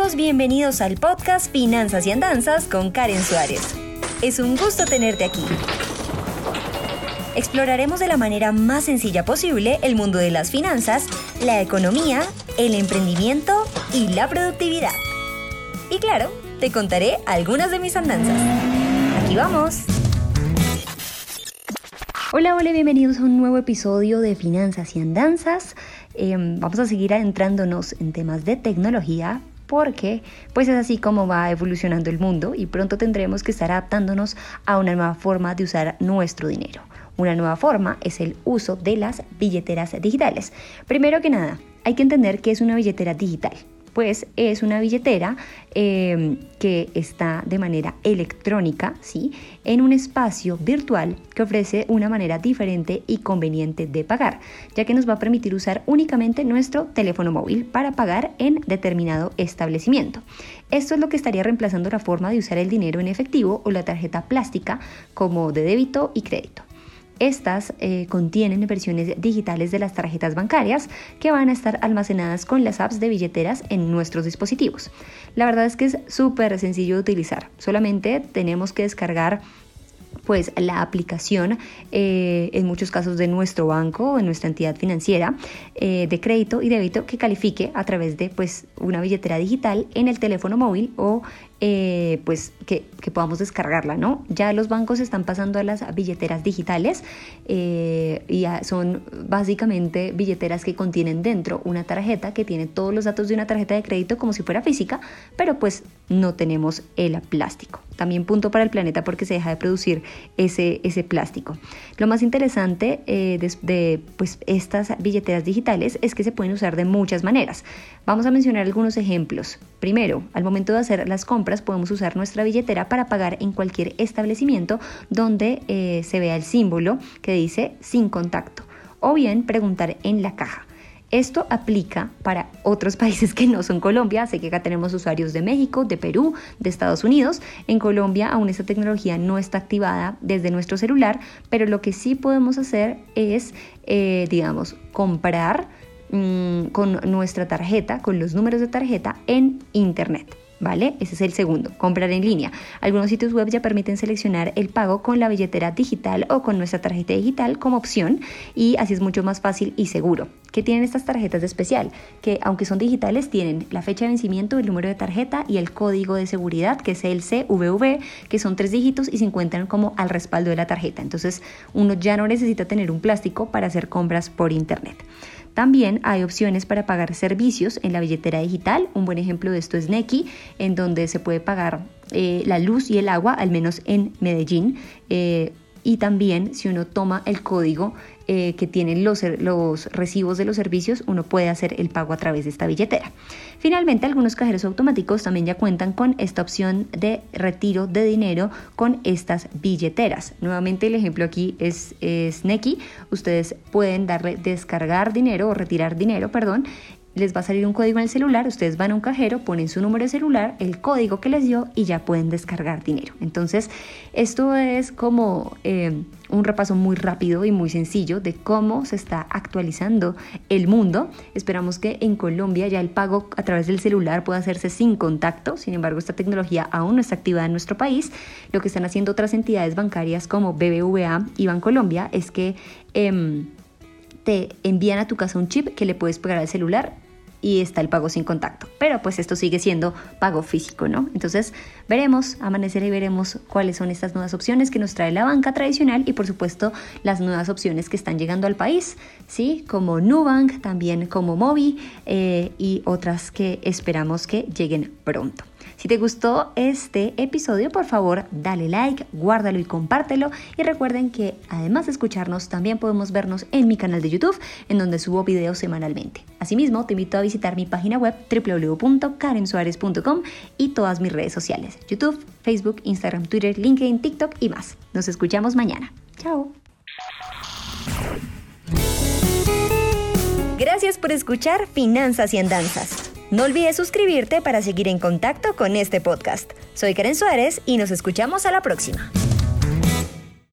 todos bienvenidos al podcast Finanzas y Andanzas con Karen Suárez. Es un gusto tenerte aquí. Exploraremos de la manera más sencilla posible el mundo de las finanzas, la economía, el emprendimiento y la productividad. Y claro, te contaré algunas de mis andanzas. ¡Aquí vamos! Hola, bienvenidos a un nuevo episodio de Finanzas y Andanzas. Vamos a seguir adentrándonos en temas de tecnología porque pues es así como va evolucionando el mundo y pronto tendremos que estar adaptándonos a una nueva forma de usar nuestro dinero. Una nueva forma es el uso de las billeteras digitales. Primero que nada, hay que entender qué es una billetera digital. Pues es una billetera que está de manera electrónica, ¿sí?, en un espacio virtual que ofrece una manera diferente y conveniente de pagar, ya que nos va a permitir usar únicamente nuestro teléfono móvil para pagar en determinado establecimiento. Esto es lo que estaría reemplazando la forma de usar el dinero en efectivo o la tarjeta plástica como de débito y crédito. Estas contienen versiones digitales de las tarjetas bancarias que van a estar almacenadas con las apps de billeteras en nuestros dispositivos. La verdad es que es súper sencillo de utilizar. Solamente tenemos que descargar pues la aplicación en muchos casos de nuestro banco o de nuestra entidad financiera de crédito y débito que califique a través de pues una billetera digital en el teléfono móvil o pues que podamos descargarla, ¿no? Ya los bancos están pasando a las billeteras digitales y son básicamente billeteras que contienen dentro una tarjeta que tiene todos los datos de una tarjeta de crédito como si fuera física, pero pues no tenemos el plástico. También punto para el planeta porque se deja de producir ese plástico. Lo más interesante de pues estas billeteras digitales es que se pueden usar de muchas maneras. Vamos a mencionar algunos ejemplos. Primero, al momento de hacer las compras podemos usar nuestra billetera para pagar en cualquier establecimiento donde se vea el símbolo que dice sin contacto o bien preguntar en la caja. Esto aplica para otros países que no son Colombia. Sé que acá tenemos usuarios de México, de Perú, de Estados Unidos. En Colombia aún esta tecnología no está activada desde nuestro celular, pero lo que sí podemos hacer es, comprar con nuestra tarjeta, con los números de tarjeta en internet. ¿Vale? Ese es el segundo, comprar en línea. Algunos sitios web ya permiten seleccionar el pago con la billetera digital o con nuestra tarjeta digital como opción y así es mucho más fácil y seguro. ¿Qué tienen estas tarjetas de especial? Que aunque son digitales tienen la fecha de vencimiento, el número de tarjeta y el código de seguridad que es el CVV, que son 3 dígitos y se encuentran como al respaldo de la tarjeta. Entonces uno ya no necesita tener un plástico para hacer compras por internet. También hay opciones para pagar servicios en la billetera digital. Un buen ejemplo de esto es Nequi, en donde se puede pagar la luz y el agua, al menos en Medellín. Y también si uno toma el código que tienen los recibos de los servicios, uno puede hacer el pago a través de esta billetera. Finalmente, algunos cajeros automáticos también ya cuentan con esta opción de retiro de dinero con estas billeteras. Nuevamente el ejemplo aquí es Nequi. Ustedes pueden darle descargar dinero o retirar dinero, les va a salir un código en el celular, ustedes van a un cajero, ponen su número de celular, el código que les dio y ya pueden descargar dinero. Entonces, esto es como un repaso muy rápido y muy sencillo de cómo se está actualizando el mundo. Esperamos que en Colombia ya el pago a través del celular pueda hacerse sin contacto. Sin embargo, esta tecnología aún no está activada en nuestro país. Lo que están haciendo otras entidades bancarias como BBVA y Bancolombia es que te envían a tu casa un chip que le puedes pegar al celular y está el pago sin contacto. Pero pues esto sigue siendo pago físico, ¿no? Entonces amanecerá y veremos cuáles son estas nuevas opciones que nos trae la banca tradicional y por supuesto las nuevas opciones que están llegando al país, ¿sí? Como Nubank, también como Movi y otras que esperamos que lleguen pronto. Si te gustó este episodio, por favor, dale like, guárdalo y compártelo. Y recuerden que además de escucharnos, también podemos vernos en mi canal de YouTube, en donde subo videos semanalmente. Asimismo, te invito a visitar mi página web www.karensuarez.com y todas mis redes sociales: YouTube, Facebook, Instagram, Twitter, LinkedIn, TikTok y más. Nos escuchamos mañana. Chao. Gracias por escuchar Finanzas y Andanzas. No olvides suscribirte para seguir en contacto con este podcast. Soy Karen Suárez y nos escuchamos a la próxima.